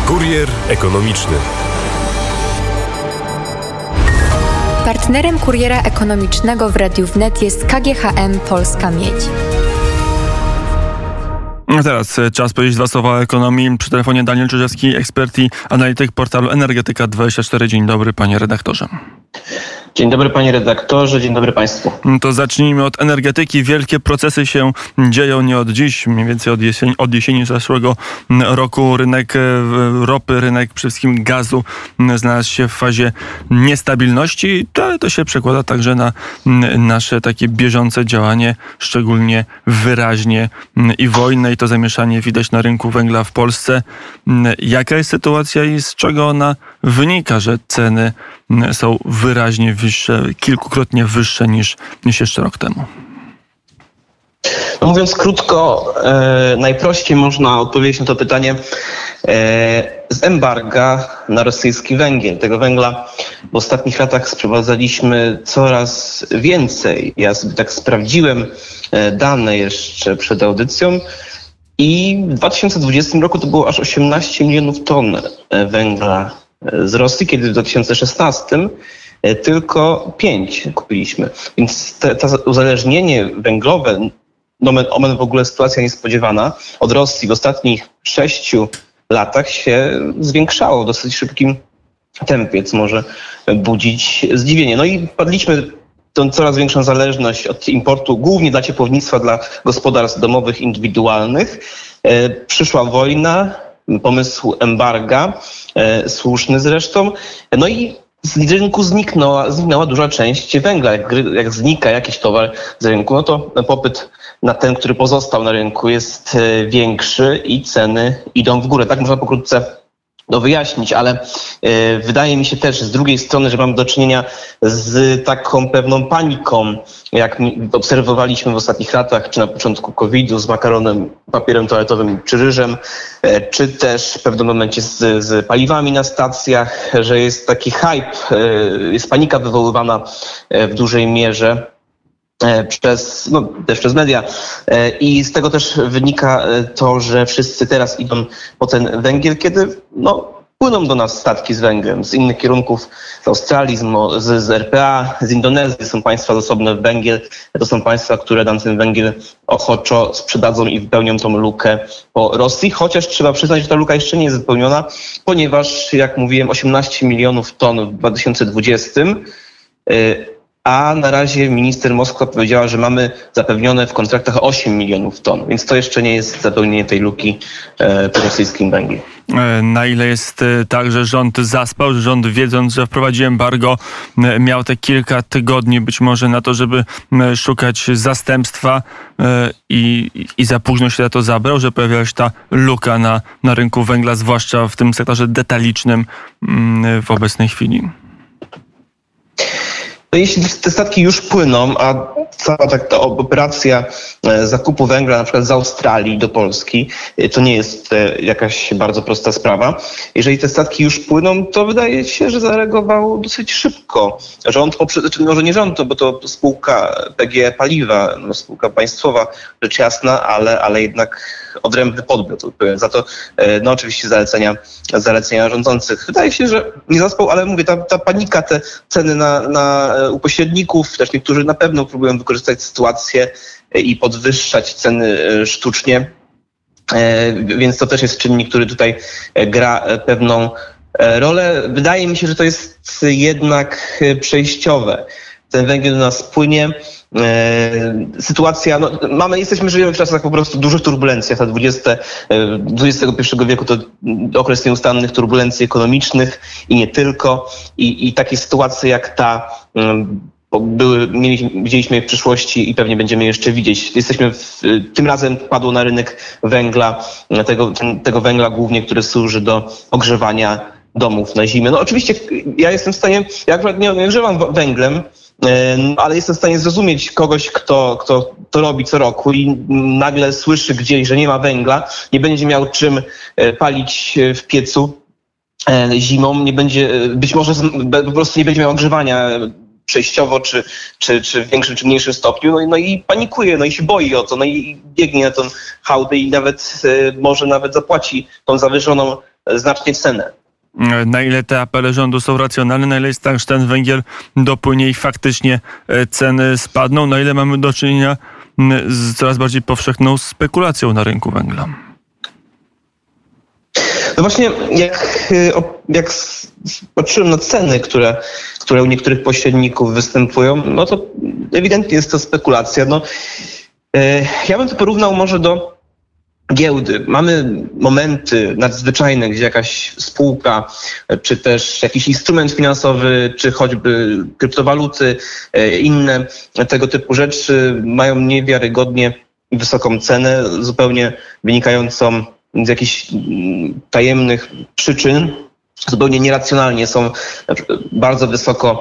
Kurier ekonomiczny. Partnerem kuriera ekonomicznego w Radiu Wnet jest KGHM Polska Miedź. A teraz czas powiedzieć dwa słowa o ekonomii. Przy telefonie Daniel Czyżewski, ekspert i analityk portalu Energetyka24. Dzień dobry, panie redaktorze. Dzień dobry, panie redaktorze, dzień dobry państwu. To zacznijmy od energetyki. Wielkie procesy się dzieją nie od dziś, mniej więcej od jesieni zeszłego roku. Rynek ropy, rynek przede wszystkim gazu znalazł się w fazie niestabilności, ale to się przekłada także na nasze takie bieżące działanie, szczególnie wyraźnie i wojnę, i to zamieszanie widać na rynku węgla w Polsce. Jaka jest sytuacja i z czego ona wynika, że ceny są wyraźnie wyższe, kilkukrotnie wyższe niż jeszcze rok temu? No mówiąc krótko, najprościej można odpowiedzieć na to pytanie z embarga na rosyjski węgiel. Tego węgla w ostatnich latach sprowadzaliśmy coraz więcej. Ja sobie tak sprawdziłem dane jeszcze przed audycją i w 2020 roku to było aż 18 milionów ton węgla z Rosji, kiedy w 2016 tylko 5 kupiliśmy. Więc to uzależnienie węglowe, nomen omen w ogóle sytuacja niespodziewana, od Rosji w ostatnich 6 latach się zwiększało w dosyć szybkim tempie, co może budzić zdziwienie. No i padliśmy tą coraz większą zależność od importu, głównie dla ciepłownictwa, dla gospodarstw domowych, indywidualnych. Przyszła wojna, pomysł embarga, słuszny zresztą. No i z rynku zniknęła duża część węgla. Jak znika jakiś towar z rynku, no to popyt na ten, który pozostał na rynku, jest większy i ceny idą w górę. Tak można pokrótce to wyjaśnić, ale wydaje mi się też z drugiej strony, że mamy do czynienia z taką pewną paniką, jak obserwowaliśmy w ostatnich latach, czy na początku COVID-u z makaronem, papierem toaletowym czy ryżem, czy też w pewnym momencie z paliwami na stacjach, że jest taki hype, jest panika wywoływana w dużej mierze też przez media. I z tego też wynika to, że wszyscy teraz idą po ten węgiel, kiedy płyną do nas statki z węglem z innych kierunków, z Australii, z RPA, z Indonezji. Są państwa zasobne w węgiel. To są państwa, które nam ten węgiel ochoczo sprzedadzą i wypełnią tą lukę po Rosji. Chociaż trzeba przyznać, że ta luka jeszcze nie jest wypełniona, ponieważ, jak mówiłem, 18 milionów ton w 2020, a na razie minister Moskwa powiedziała, że mamy zapewnione w kontraktach 8 milionów ton, więc to jeszcze nie jest zapełnienie tej luki po rosyjskim węglu. Na ile jest tak, że rząd zaspał, że rząd, wiedząc, że wprowadzi embargo, miał te kilka tygodni być może na to, żeby szukać zastępstwa i za późno się na to zabrał, że pojawiała się ta luka na rynku węgla, zwłaszcza w tym sektorze detalicznym w obecnej chwili? No jeśli te statki już płyną, a cała ta operacja zakupu węgla na przykład z Australii do Polski, to nie jest jakaś bardzo prosta sprawa. Jeżeli te statki już płyną, to wydaje się, że zareagował dosyć szybko. Rząd, może nie rząd, bo to spółka PGE Paliwa, spółka państwowa, rzecz jasna, ale jednak odrębny podmiot odpowiada za to. Oczywiście zalecenia rządzących. Wydaje się, że nie zaspał, ale mówię, ta panika, te ceny u pośredników, też niektórzy na pewno próbują wykorzystać sytuację i podwyższać ceny sztucznie, więc to też jest czynnik, który tutaj gra pewną rolę. Wydaje mi się, że to jest jednak przejściowe. Ten węgiel do nas płynie. Sytuacja, żyjemy w czasach po prostu dużych turbulencji. XXI wieku to okres nieustannych turbulencji ekonomicznych i nie tylko. I takie sytuacje jak ta widzieliśmy w przyszłości i pewnie będziemy jeszcze widzieć. Tym razem padło na rynek węgla, tego węgla głównie, który służy do ogrzewania domów na zimę. No oczywiście ja jestem w stanie, ja akurat nie ogrzewam węglem, ale jestem w stanie zrozumieć kogoś, kto to robi co roku i nagle słyszy gdzieś, że nie ma węgla, nie będzie miał czym palić w piecu zimą, nie będzie, być może po prostu nie będzie miał ogrzewania przejściowo, czy w większym czy mniejszym stopniu, no i panikuje, no i się boi o to, no i biegnie na tą hałdę i może nawet zapłaci tą zawyżoną znacznie cenę. Na ile te apele rządu są racjonalne, na ile jest tak, że ten węgiel dopłynie i faktycznie ceny spadną, na ile mamy do czynienia z coraz bardziej powszechną spekulacją na rynku węgla? No właśnie, jak patrzyłem na ceny, które u niektórych pośredników występują, no to ewidentnie jest to spekulacja. No, ja bym to porównał może do giełdy. Mamy momenty nadzwyczajne, gdzie jakaś spółka, czy też jakiś instrument finansowy, czy choćby kryptowaluty, inne tego typu rzeczy mają niewiarygodnie wysoką cenę, zupełnie wynikającą z jakichś tajemnych przyczyn, zupełnie nieracjonalnie są bardzo wysoko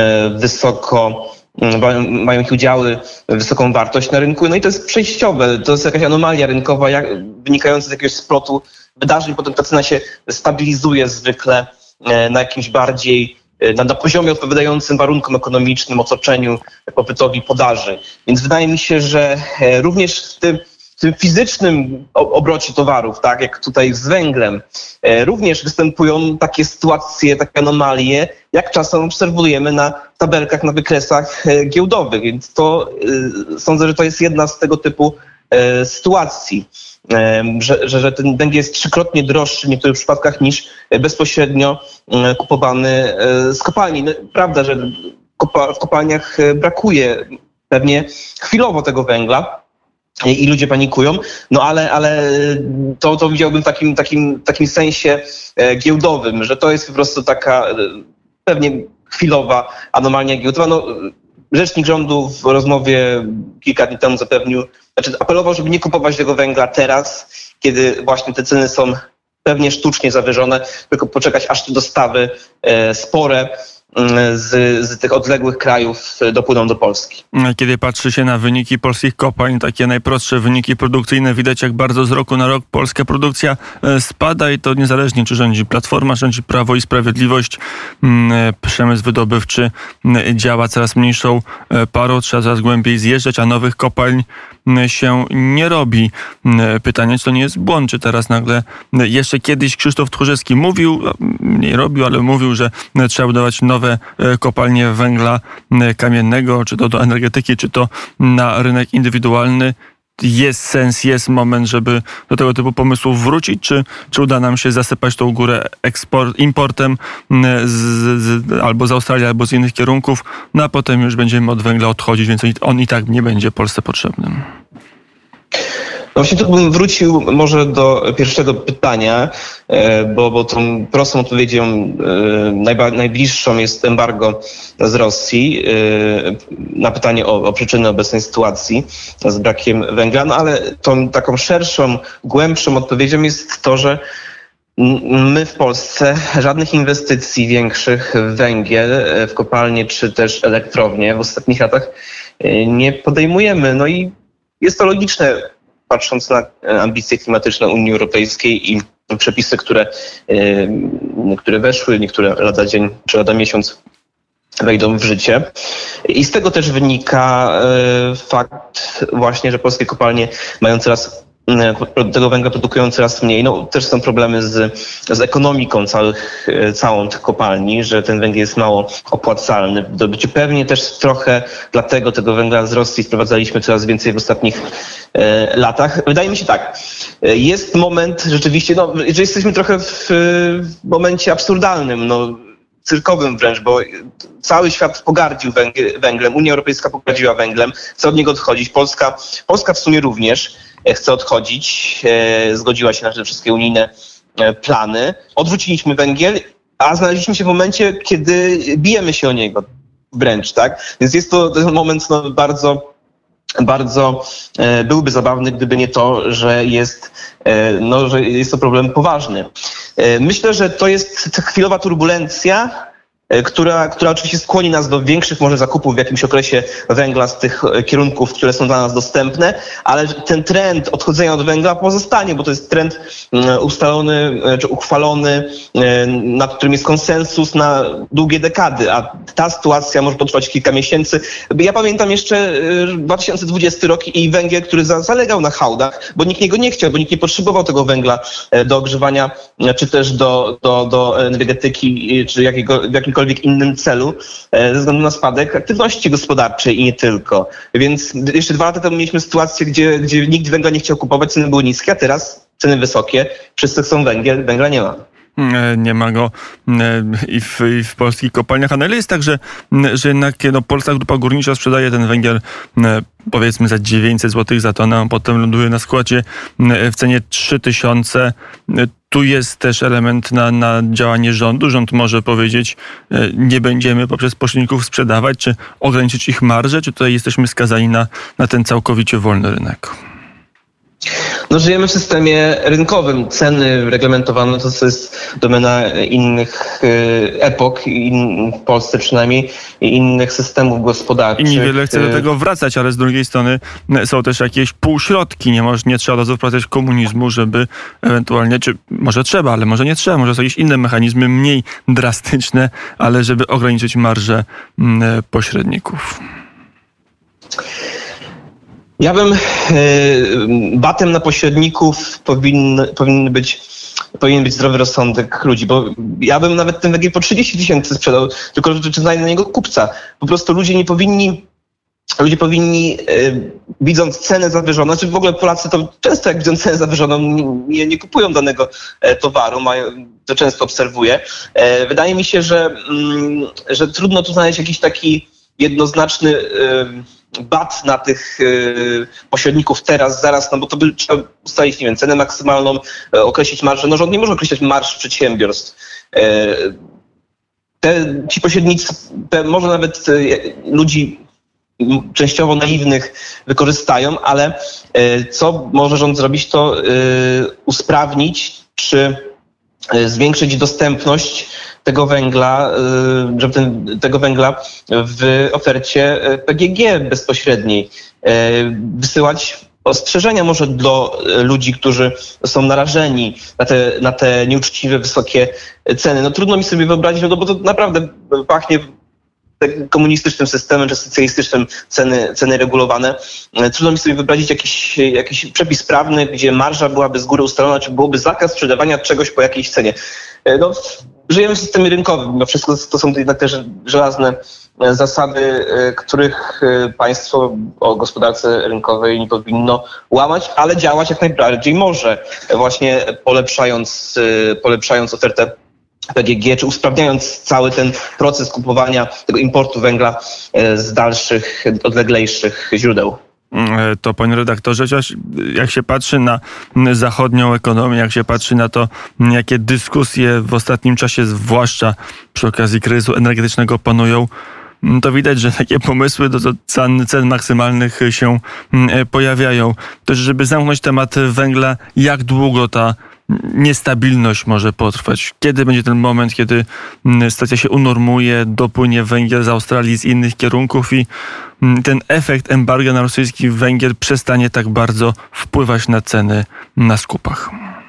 mają ich udziały, wysoką wartość na rynku. No i to jest przejściowe, to jest jakaś anomalia rynkowa wynikająca z jakiegoś splotu wydarzeń. Potem ta cena się stabilizuje zwykle na jakimś bardziej, na poziomie odpowiadającym warunkom ekonomicznym, otoczeniu, popytowi, podaży. Więc wydaje mi się, że również w tym fizycznym obrocie towarów, tak jak tutaj z węglem, również występują takie sytuacje, takie anomalie, jak czasem obserwujemy na tabelkach, na wykresach giełdowych. Więc to sądzę, że to jest jedna z tego typu sytuacji, że ten węgiel jest trzykrotnie droższy w niektórych przypadkach niż bezpośrednio kupowany z kopalni. No, prawda, że w kopalniach brakuje pewnie chwilowo tego węgla, i ludzie panikują, no ale to widziałbym w takim sensie giełdowym, że to jest po prostu taka pewnie chwilowa anomalia giełdowa. No, rzecznik rządu w rozmowie kilka dni temu apelował, żeby nie kupować tego węgla teraz, kiedy właśnie te ceny są pewnie sztucznie zawyżone, tylko poczekać, aż te dostawy spore z tych odległych krajów dopłyną do Polski. Kiedy patrzy się na wyniki polskich kopalń, takie najprostsze wyniki produkcyjne, widać jak bardzo z roku na rok polska produkcja spada i to niezależnie czy rządzi Platforma, rządzi Prawo i Sprawiedliwość. Przemysł wydobywczy działa coraz mniejszą parą, trzeba coraz głębiej zjeżdżać, a nowych kopalń się nie robi. Pytanie, czy to nie jest błąd, czy teraz nagle jeszcze kiedyś Krzysztof Tchórzewski mówił, nie robił, ale mówił, że trzeba budować nowe kopalnie węgla kamiennego, czy to do energetyki, czy to na rynek indywidualny. Jest sens, jest moment, żeby do tego typu pomysłów wrócić, czy uda nam się zasypać tą górę importem albo z Australii, albo z innych kierunków, no a potem już będziemy od węgla odchodzić, więc on i tak nie będzie Polsce potrzebnym. No właśnie tu bym wrócił może do pierwszego pytania, bo tą prostą odpowiedzią najbliższą jest embargo z Rosji na pytanie o przyczyny obecnej sytuacji z brakiem węgla, no ale tą taką szerszą, głębszą odpowiedzią jest to, że my w Polsce żadnych inwestycji większych w węgiel, w kopalnie czy też elektrownie w ostatnich latach nie podejmujemy. No i jest to logiczne, patrząc na ambicje klimatyczne Unii Europejskiej i przepisy, które weszły, niektóre lada dzień czy lada miesiąc wejdą w życie. I z tego też wynika fakt właśnie, że polskie kopalnie mają tego węgla produkują coraz mniej. No, też są problemy z ekonomiką całą tych kopalni, że ten węgiel jest mało opłacalny w wydobyciu. Pewnie też trochę dlatego tego węgla z Rosji sprowadzaliśmy coraz więcej w ostatnich latach. Wydaje mi się tak, jest moment rzeczywiście, że jesteśmy trochę w momencie absurdalnym, cyrkowym wręcz, bo cały świat pogardził węglem, Unia Europejska pogardziła węglem, chce od niego odchodzić. Polska w sumie również chce odchodzić, zgodziła się na te wszystkie unijne plany. Odrzuciliśmy węgiel, a znaleźliśmy się w momencie, kiedy bijemy się o niego wręcz, tak? Więc jest to ten moment bardzo byłby zabawny, gdyby nie to, że jest to problem poważny. Myślę, że to jest chwilowa turbulencja, która oczywiście skłoni nas do większych może zakupów w jakimś okresie węgla z tych kierunków, które są dla nas dostępne, ale ten trend odchodzenia od węgla pozostanie, bo to jest trend ustalony czy uchwalony, nad którym jest konsensus na długie dekady, a ta sytuacja może potrwać kilka miesięcy. Ja pamiętam jeszcze 2020 rok i węgiel, który zalegał na hałdach, bo nikt niego nie chciał, bo nikt nie potrzebował tego węgla do ogrzewania, czy też do energetyki, czy w jakimkolwiek innym celu, ze względu na spadek aktywności gospodarczej i nie tylko. Więc jeszcze 2 lata temu mieliśmy sytuację, gdzie nikt węgla nie chciał kupować, ceny były niskie, a teraz ceny wysokie, wszyscy chcą węgla nie ma. Nie ma go i w polskich kopalniach. A na ile jest tak, że jednak Polska Grupa Górnicza sprzedaje ten węgiel powiedzmy za 900 zł za tonę, a potem ląduje na składzie w cenie 3000. Tu jest też element na działanie rządu. Rząd może powiedzieć, nie będziemy poprzez pośredników sprzedawać, czy ograniczyć ich marżę, czy tutaj jesteśmy skazani na ten całkowicie wolny rynek? No, żyjemy w systemie rynkowym. Ceny reglamentowane to jest domena innych epok, w Polsce przynajmniej, i innych systemów gospodarczych. I niewiele chce do tego wracać, ale z drugiej strony są też jakieś półśrodki. Nie trzeba od razu wprowadzać komunizmu, żeby ewentualnie, czy może trzeba, ale może nie trzeba, może są jakieś inne mechanizmy mniej drastyczne, ale żeby ograniczyć marżę pośredników. Ja bym batem na pośredników powinien być zdrowy rozsądek ludzi, bo ja bym nawet ten węgiel po 30 000 sprzedał, tylko że znajdę na niego kupca. Po prostu ludzie powinni, widząc cenę zawyżoną, znaczy w ogóle Polacy to często jak widzą cenę zawyżoną nie kupują danego towaru, to często obserwuję. Wydaje mi się, że trudno tu znaleźć jakiś taki jednoznaczny bat na tych pośredników teraz, zaraz, no bo to by trzeba ustalić, nie wiem, cenę maksymalną, określić marżę. No rząd nie może określać marż przedsiębiorstw. Ci pośrednicy, może nawet ludzi częściowo naiwnych wykorzystają, ale co może rząd zrobić, to usprawnić czy zwiększyć dostępność tego węgla, tego węgla w ofercie PGG bezpośredniej. Wysyłać ostrzeżenia może do ludzi, którzy są narażeni na te nieuczciwe, wysokie ceny. No trudno mi sobie wyobrazić, no bo to naprawdę pachnie komunistycznym systemem czy socjalistycznym ceny regulowane. Trudno mi sobie wyobrazić jakiś przepis prawny, gdzie marża byłaby z góry ustalona, czy byłoby zakaz sprzedawania czegoś po jakiejś cenie. No, żyjemy w systemie rynkowym. No, wszystko to są jednak też żelazne zasady, których państwo o gospodarce rynkowej nie powinno łamać, ale działać jak najbardziej może, właśnie polepszając ofertę PGG, czy usprawniając cały ten proces kupowania tego importu węgla z dalszych, odleglejszych źródeł. To, panie redaktorze, jak się patrzy na zachodnią ekonomię, jak się patrzy na to, jakie dyskusje w ostatnim czasie, zwłaszcza przy okazji kryzysu energetycznego, panują, to widać, że takie pomysły do cen maksymalnych się pojawiają. Też, żeby zamknąć temat węgla, jak długo ta niestabilność może potrwać? Kiedy będzie ten moment, kiedy sytuacja się unormuje, dopłynie węgiel z Australii, z innych kierunków i ten efekt embarga na rosyjski węgiel przestanie tak bardzo wpływać na ceny na skupach?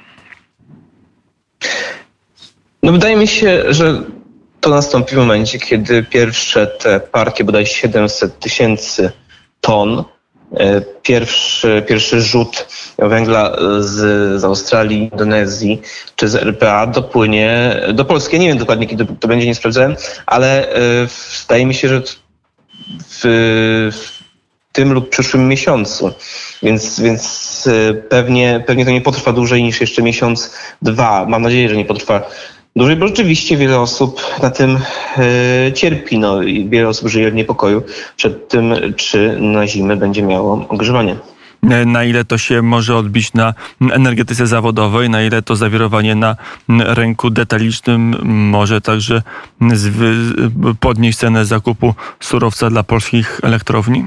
No wydaje mi się, że to nastąpi w momencie, kiedy pierwsze te partie, bodaj 700 000 ton, pierwszy rzut węgla z Australii, Indonezji czy z RPA dopłynie do Polski. Ja nie wiem dokładnie, kiedy to będzie, nie sprawdzałem, ale wydaje mi się, że w tym lub przyszłym miesiącu. Więc pewnie to nie potrwa dłużej niż jeszcze miesiąc, 2. Mam nadzieję, że nie potrwa dłużej, bo rzeczywiście wiele osób na tym cierpi. No, i wiele osób żyje w niepokoju przed tym, czy na zimę będzie miało ogrzewanie. Na ile to się może odbić na energetyce zawodowej, na ile to zawirowanie na rynku detalicznym może także podnieść cenę zakupu surowca dla polskich elektrowni?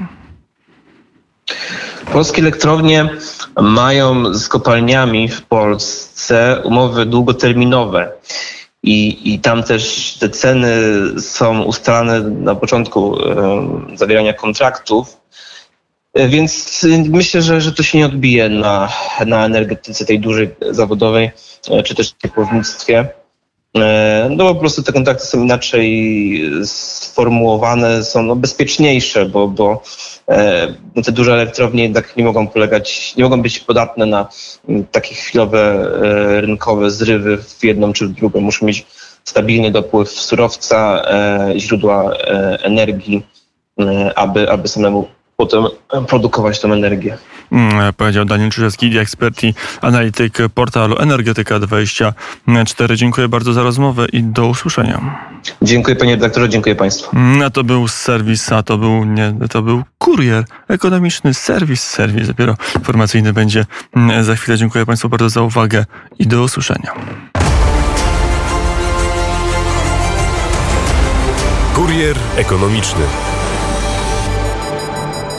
Polskie elektrownie mają z kopalniami w Polsce umowy długoterminowe i tam też te ceny są ustalane na początku zawierania kontraktów. Więc myślę, że to się nie odbije na energetyce tej dużej zawodowej, czy też ciepłownictwie. No po prostu te kontrakty są inaczej sformułowane, są bezpieczniejsze, bo te duże elektrownie jednak nie mogą być podatne na takie chwilowe rynkowe zrywy w jedną czy w drugą. Muszą mieć stabilny dopływ surowca, źródła energii, aby samemu potem produkować tę energię. Powiedział Daniel Czyżewski, ekspert i analityk portalu Energetyka24. Dziękuję bardzo za rozmowę i do usłyszenia. Dziękuję panie redaktorze, dziękuję państwu. A to był serwis, to był kurier ekonomiczny, serwis. Dopiero informacyjny będzie za chwilę. Dziękuję państwu bardzo za uwagę i do usłyszenia. Kurier ekonomiczny.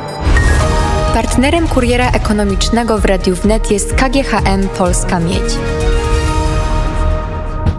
Partnerem kuriera ekonomicznego w Radiu Wnet jest KGHM Polska Miedź.